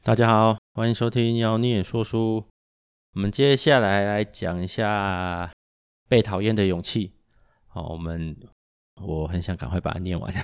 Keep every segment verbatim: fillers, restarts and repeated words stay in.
大家好，欢迎收听妖孽说书。我们接下来来讲一下被讨厌的勇气。好，我们我很想赶快把它念完。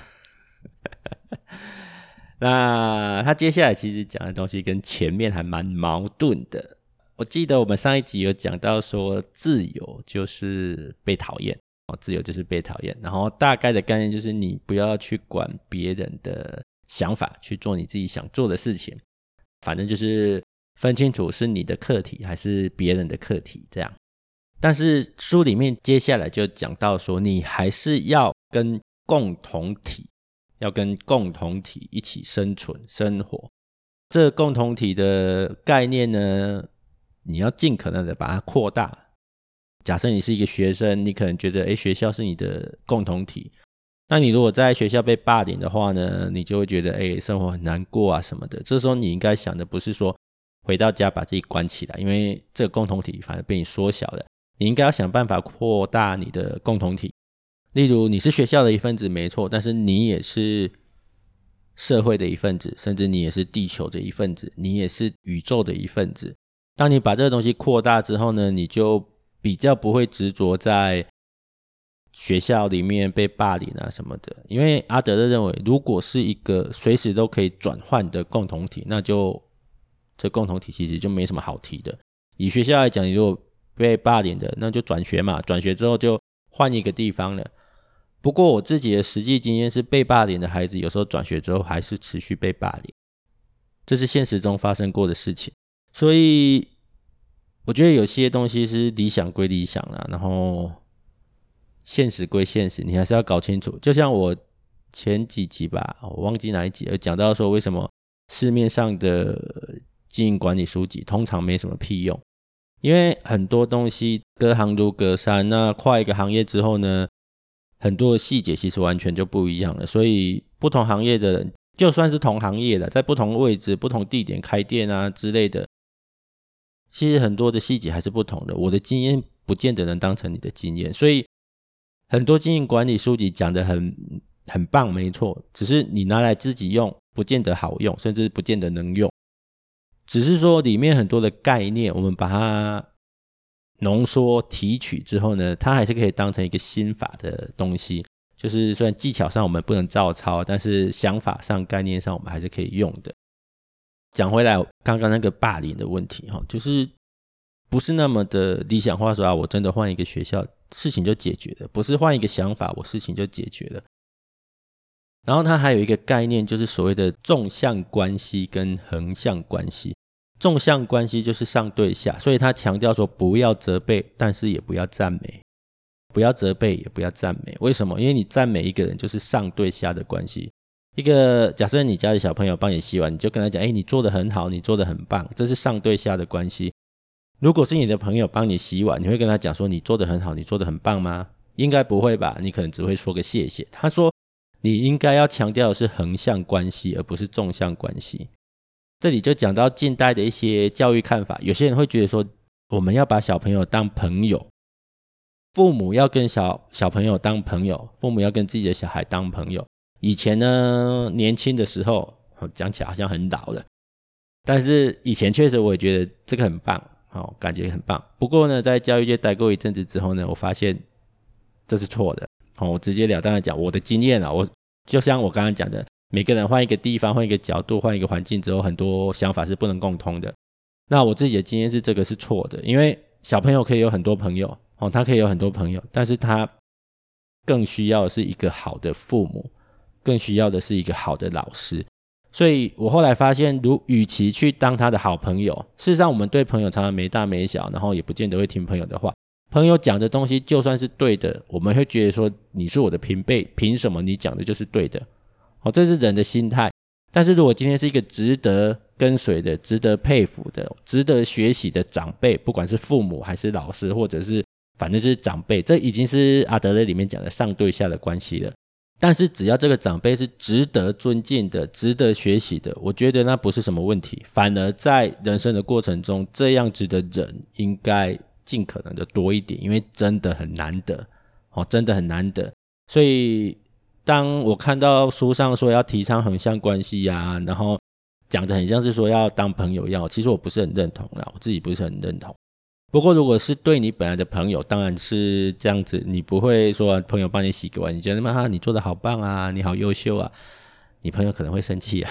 那他接下来其实讲的东西跟前面还蛮矛盾的。我记得我们上一集有讲到说，自由就是被讨厌，自由就是被讨厌。然后大概的概念就是你不要去管别人的想法，去做你自己想做的事情。反正就是分清楚是你的课题还是别人的课题这样。但是书里面接下来就讲到说，你还是要跟共同体要跟共同体一起生存生活。这个共同体的概念呢，你要尽可能的把它扩大。假设你是一个学生，你可能觉得诶学校是你的共同体，那你如果在学校被霸凌的话呢，你就会觉得诶生活很难过啊什么的。这时候你应该想的不是说回到家把自己关起来，因为这个共同体反而被你缩小了。你应该要想办法扩大你的共同体。例如你是学校的一份子没错，但是你也是社会的一份子，甚至你也是地球的一份子，你也是宇宙的一份子。当你把这个东西扩大之后呢，你就比较不会执着在学校里面被霸凌啊什么的。因为阿德勒认为，如果是一个随时都可以转换的共同体，那就这共同体其实就没什么好提的。以学校来讲，你如果被霸凌的，那就转学嘛，转学之后就换一个地方了。不过我自己的实际经验是，被霸凌的孩子有时候转学之后还是持续被霸凌，这是现实中发生过的事情。所以我觉得有些东西是理想归理想啦，然后现实归现实，你还是要搞清楚。就像我前几集吧，我忘记哪一集有讲到说，为什么市面上的经营管理书籍通常没什么屁用。因为很多东西隔行如隔山，那跨一个行业之后呢，很多的细节其实完全就不一样了。所以不同行业的人，就算是同行业的，在不同位置不同地点开店啊之类的，其实很多的细节还是不同的。我的经验不见得能当成你的经验，所以很多经营管理书籍讲得很很棒没错，只是你拿来自己用不见得好用，甚至不见得能用。只是说里面很多的概念，我们把它浓缩提取之后呢，它还是可以当成一个心法的东西。就是虽然技巧上我们不能照抄，但是想法上概念上我们还是可以用的。讲回来刚刚那个霸凌的问题，就是不是那么的理想化说啊，我真的换一个学校事情就解决了，不是换一个想法我事情就解决了。然后它还有一个概念，就是所谓的纵向关系跟横向关系。纵向关系就是上对下，所以他强调说不要责备，但是也不要赞美。不要责备也不要赞美。为什么？因为你赞美一个人就是上对下的关系。一个假设你家的小朋友帮你洗碗，你就跟他讲，诶你做得很好，你做得很棒，这是上对下的关系。如果是你的朋友帮你洗碗，你会跟他讲说你做得很好，你做得很棒吗？应该不会吧，你可能只会说个谢谢。他说你应该要强调的是横向关系，而不是纵向关系。这里就讲到近代的一些教育看法，有些人会觉得说，我们要把小朋友当朋友，父母要跟小小朋友当朋友，父母要跟自己的小孩当朋友。以前呢，年轻的时候讲起来好像很老了，但是以前确实我也觉得这个很棒，哦，感觉很棒。不过呢，在教育界待过一阵子之后呢，我发现这是错的。哦，我直截了当的讲我的经验啦，我就像我刚刚讲的，每个人换一个地方，换一个角度，换一个环境之后，很多想法是不能共通的。那我自己的经验是这个是错的，因为小朋友可以有很多朋友，哦，他可以有很多朋友，但是他更需要的是一个好的父母，更需要的是一个好的老师。所以我后来发现，如与其去当他的好朋友，事实上我们对朋友常常没大没小，然后也不见得会听朋友的话。朋友讲的东西就算是对的，我们会觉得说你是我的平辈，凭什么你讲的就是对的？哦，这是人的心态。但是如果今天是一个值得跟随的、值得佩服的、值得学习的长辈，不管是父母还是老师，或者是反正就是长辈，这已经是阿德勒里面讲的上对下的关系了。但是只要这个长辈是值得尊敬的、值得学习的，我觉得那不是什么问题。反而在人生的过程中，这样子的人应该尽可能的多一点，因为真的很难得，哦，真的很难得。所以当我看到书上说要提倡横向关系啊，然后讲的很像是说要当朋友一样，其实我不是很认同啦，我自己不是很认同。不过如果是对你本来的朋友，当然是这样子，你不会说朋友帮你洗个碗，你觉得嘛你做的好棒啊，你好优秀啊，你朋友可能会生气啊。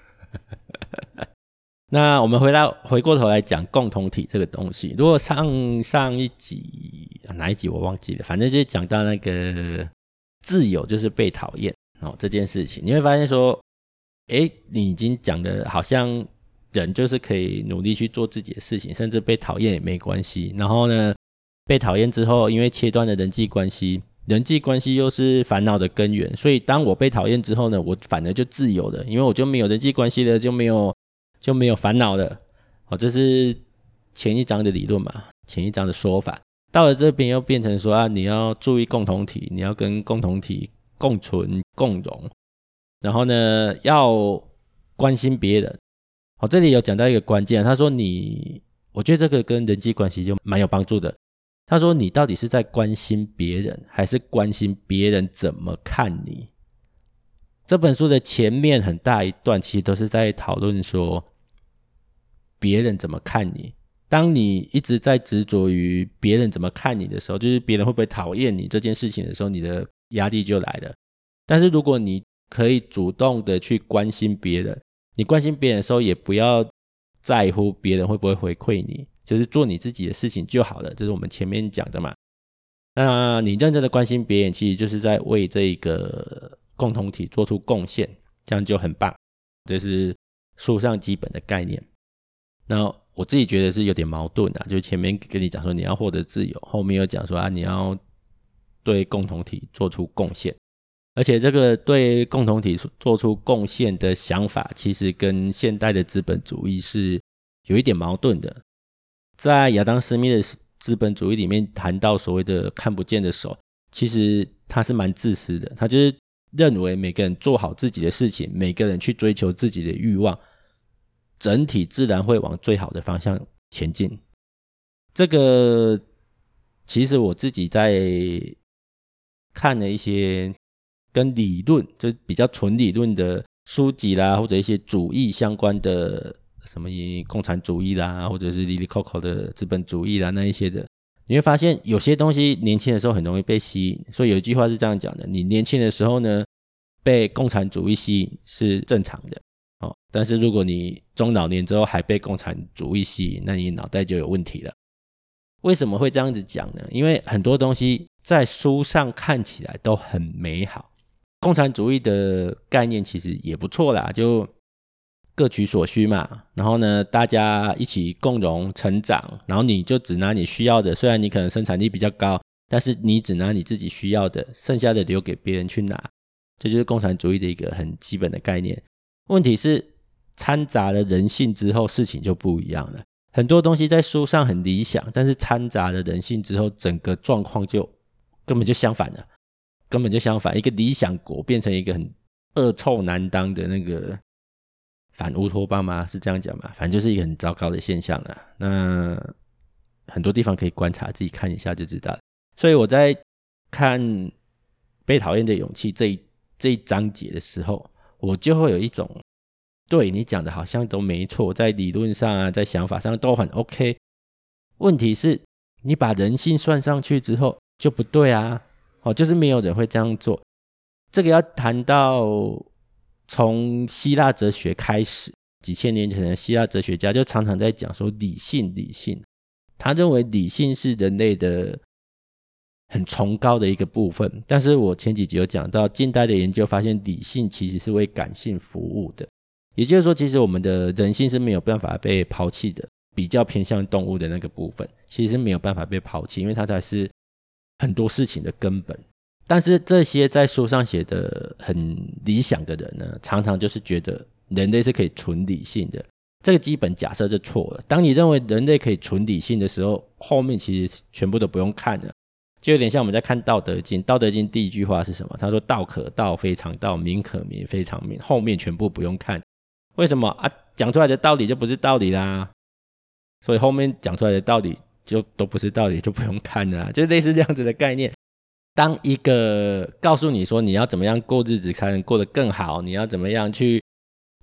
那我们回来回过头来讲共同体这个东西，如果上上一集哪一集我忘记了，反正就是讲到那个自由就是被讨厌、哦、这件事情，你会发现说诶你已经讲的好像人就是可以努力去做自己的事情，甚至被讨厌也没关系。然后呢，被讨厌之后，因为切断了人际关系，人际关系又是烦恼的根源，所以当我被讨厌之后呢，我反而就自由了，因为我就没有人际关系了，就没有就没有烦恼了。好、哦，这是前一章的理论嘛，前一章的说法。到了这边又变成说啊，你要注意共同体，你要跟共同体共存共荣，然后呢，要关心别人。好，这里有讲到一个关键，他说你，我觉得这个跟人际关系就蛮有帮助的。他说你到底是在关心别人，还是关心别人怎么看你？这本书的前面很大一段其实都是在讨论说别人怎么看你。当你一直在执着于别人怎么看你的时候，就是别人会不会讨厌你这件事情的时候，你的压力就来了。但是如果你可以主动的去关心别人，你关心别人的时候也不要在乎别人会不会回馈你，就是做你自己的事情就好了，这是我们前面讲的嘛。那你认真的关心别人，其实就是在为这个共同体做出贡献，这样就很棒。这是书上基本的概念。那我自己觉得是有点矛盾啊，就是前面跟你讲说你要获得自由，后面又讲说啊你要对共同体做出贡献。而且这个对共同体做出贡献的想法，其实跟现代的资本主义是有一点矛盾的。在亚当·斯密的资本主义里面谈到所谓的看不见的手，其实他是蛮自私的，他就是认为每个人做好自己的事情，每个人去追求自己的欲望，整体自然会往最好的方向前进。这个其实我自己在看了一些跟理论，就是比较纯理论的书籍啦，或者一些主义相关的，什么共产主义啦，或者是 Lily Coco 的资本主义啦，那一些的，你会发现有些东西年轻的时候很容易被吸引。所以有一句话是这样讲的，你年轻的时候呢被共产主义吸引是正常的、哦、但是如果你中老年之后还被共产主义吸引，那你脑袋就有问题了。为什么会这样子讲呢？因为很多东西在书上看起来都很美好，共产主义的概念其实也不错啦，就各取所需嘛，然后呢大家一起共荣成长，然后你就只拿你需要的，虽然你可能生产力比较高，但是你只拿你自己需要的，剩下的留给别人去拿，这就是共产主义的一个很基本的概念。问题是掺杂了人性之后，事情就不一样了。很多东西在书上很理想，但是掺杂了人性之后，整个状况就根本就相反了，根本就相反，一个理想国变成一个很恶臭难当的那个反乌托邦吗？是这样讲吗？反正就是一个很糟糕的现象了。那很多地方可以观察，自己看一下就知道了。所以我在看被讨厌的勇气这一这一章节的时候，我就会有一种，对，你讲的好像都没错，在理论上啊，在想法上都很 OK。问题是你把人性算上去之后就不对啊，哦，就是没有人会这样做。这个要谈到从希腊哲学开始，几千年前的希腊哲学家就常常在讲说理性理性，他认为理性是人类的很崇高的一个部分。但是我前几集有讲到，近代的研究发现理性其实是为感性服务的，也就是说其实我们的人性是没有办法被抛弃的，比较偏向动物的那个部分其实是没有办法被抛弃，因为它才是很多事情的根本。但是这些在书上写的很理想的人呢，常常就是觉得人类是可以纯理性的，这个基本假设就错了。当你认为人类可以纯理性的时候，后面其实全部都不用看了，就有点像我们在看道德经，道德经第一句话是什么？他说道可道非常道，名可名非常名，后面全部不用看。为什么啊？讲出来的道理就不是道理啦，所以后面讲出来的道理就都不是道理，就不用看了啦，就类似这样子的概念。当一个告诉你说你要怎么样过日子才能过得更好，你要怎么样去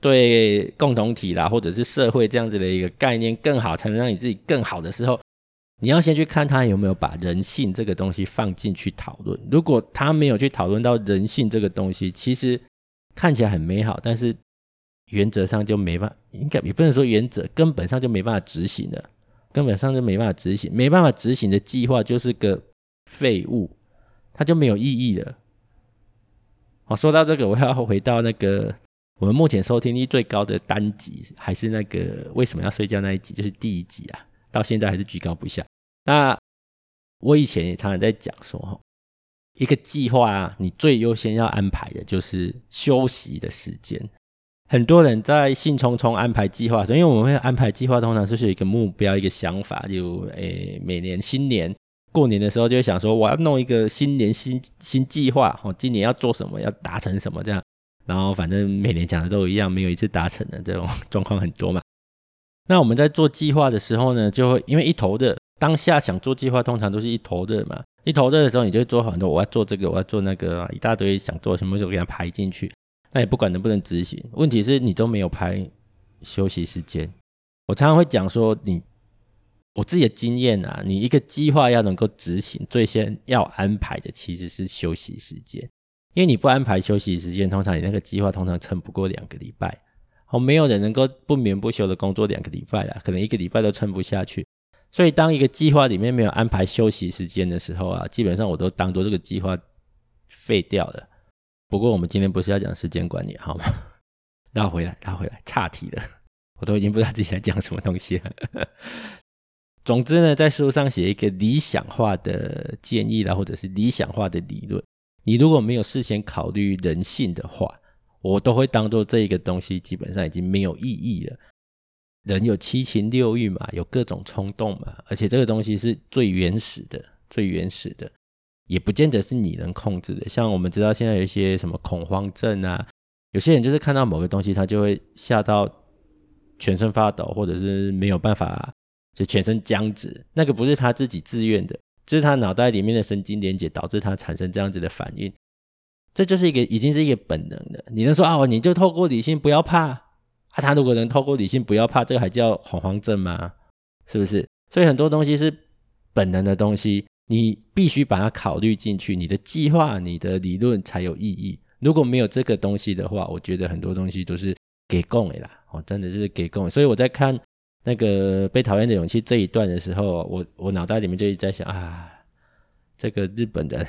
对共同体啦，或者是社会这样子的一个概念更好，才能让你自己更好的时候，你要先去看他有没有把人性这个东西放进去讨论。如果他没有去讨论到人性这个东西，其实看起来很美好，但是原则上就没办法，应该也不能说原则，根本上就没办法执行了，根本上就没办法执行，没办法执行的计划就是个废物，它就没有意义了。好，说到这个，我要回到那个我们目前收听率最高的单集，还是那个为什么要睡觉那一集，就是第一集啊，到现在还是居高不下。那我以前也常常在讲说，一个计划啊，你最优先要安排的就是休息的时间。很多人在兴冲冲安排计划的时候，因为我们会安排计划通常就是有一个目标一个想法，就诶每年新年过年的时候就会想说我要弄一个新年新新计划，今年要做什么，要达成什么这样，然后反正每年讲的都一样，没有一次达成的，这种状况很多嘛。那我们在做计划的时候呢，就会因为一头热，当下想做计划通常都是一头热嘛，一头热的时候你就会做很多，我要做这个我要做那个，一大堆想做什么就给它排进去，那也不管能不能执行，问题是你都没有排休息时间。我常常会讲说，你我自己的经验啊，你一个计划要能够执行，最先要安排的其实是休息时间，因为你不安排休息时间，通常你那个计划通常撑不过两个礼拜。哦，没有人能够不眠不休的工作两个礼拜啦，可能一个礼拜都撑不下去。所以当一个计划里面没有安排休息时间的时候啊，基本上我都当作这个计划废掉了。不过我们今天不是要讲时间管理，好吗？拉回来拉回来，岔题了，我都已经不知道自己在讲什么东西了。总之呢，在书上写一个理想化的建议啦，或者是理想化的理论，你如果没有事先考虑人性的话，我都会当作这一个东西基本上已经没有意义了。人有七情六欲嘛，有各种冲动嘛，而且这个东西是最原始的最原始的，也不见得是你能控制的。像我们知道现在有一些什么恐慌症啊，有些人就是看到某个东西他就会吓到全身发抖，或者是没有办法就全身僵直，那个不是他自己自愿的，就是他脑袋里面的神经连结导致他产生这样子的反应。这就是一个已经是一个本能的，你能说啊，你就透过理性不要怕啊？他如果能透过理性不要怕，这个还叫恐慌症吗？是不是？所以很多东西是本能的东西，你必须把它考虑进去，你的计划你的理论才有意义。如果没有这个东西的话，我觉得很多东西都是给供的啦、哦、真的是给供的。所以我在看那个被讨厌的勇气这一段的时候，我我脑袋里面就一直在想啊，这个日本人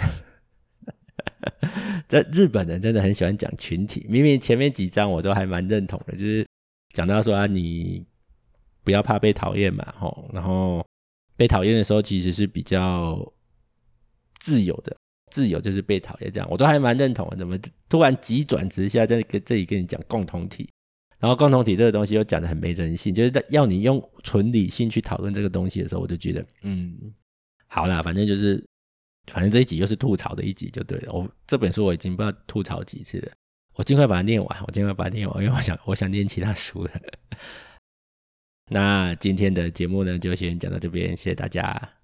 在日本人真的很喜欢讲群体，明明前面几章我都还蛮认同的，就是讲到说啊，你不要怕被讨厌嘛，吼，然后被讨厌的时候其实是比较自由的，自由就是被讨厌，这样我都还蛮认同的。怎么突然急转直下，在这里跟你讲共同体，然后共同体这个东西又讲得很没人性，就是要你用纯理性去讨论这个东西的时候，我就觉得嗯，好啦，反正就是反正这一集又是吐槽的一集就对了。我这本书我已经不知道吐槽几次了，我尽快把它念完，我尽快把它念完，因为我想我想念其他书了。那今天的节目呢，就先讲到这边，谢谢大家。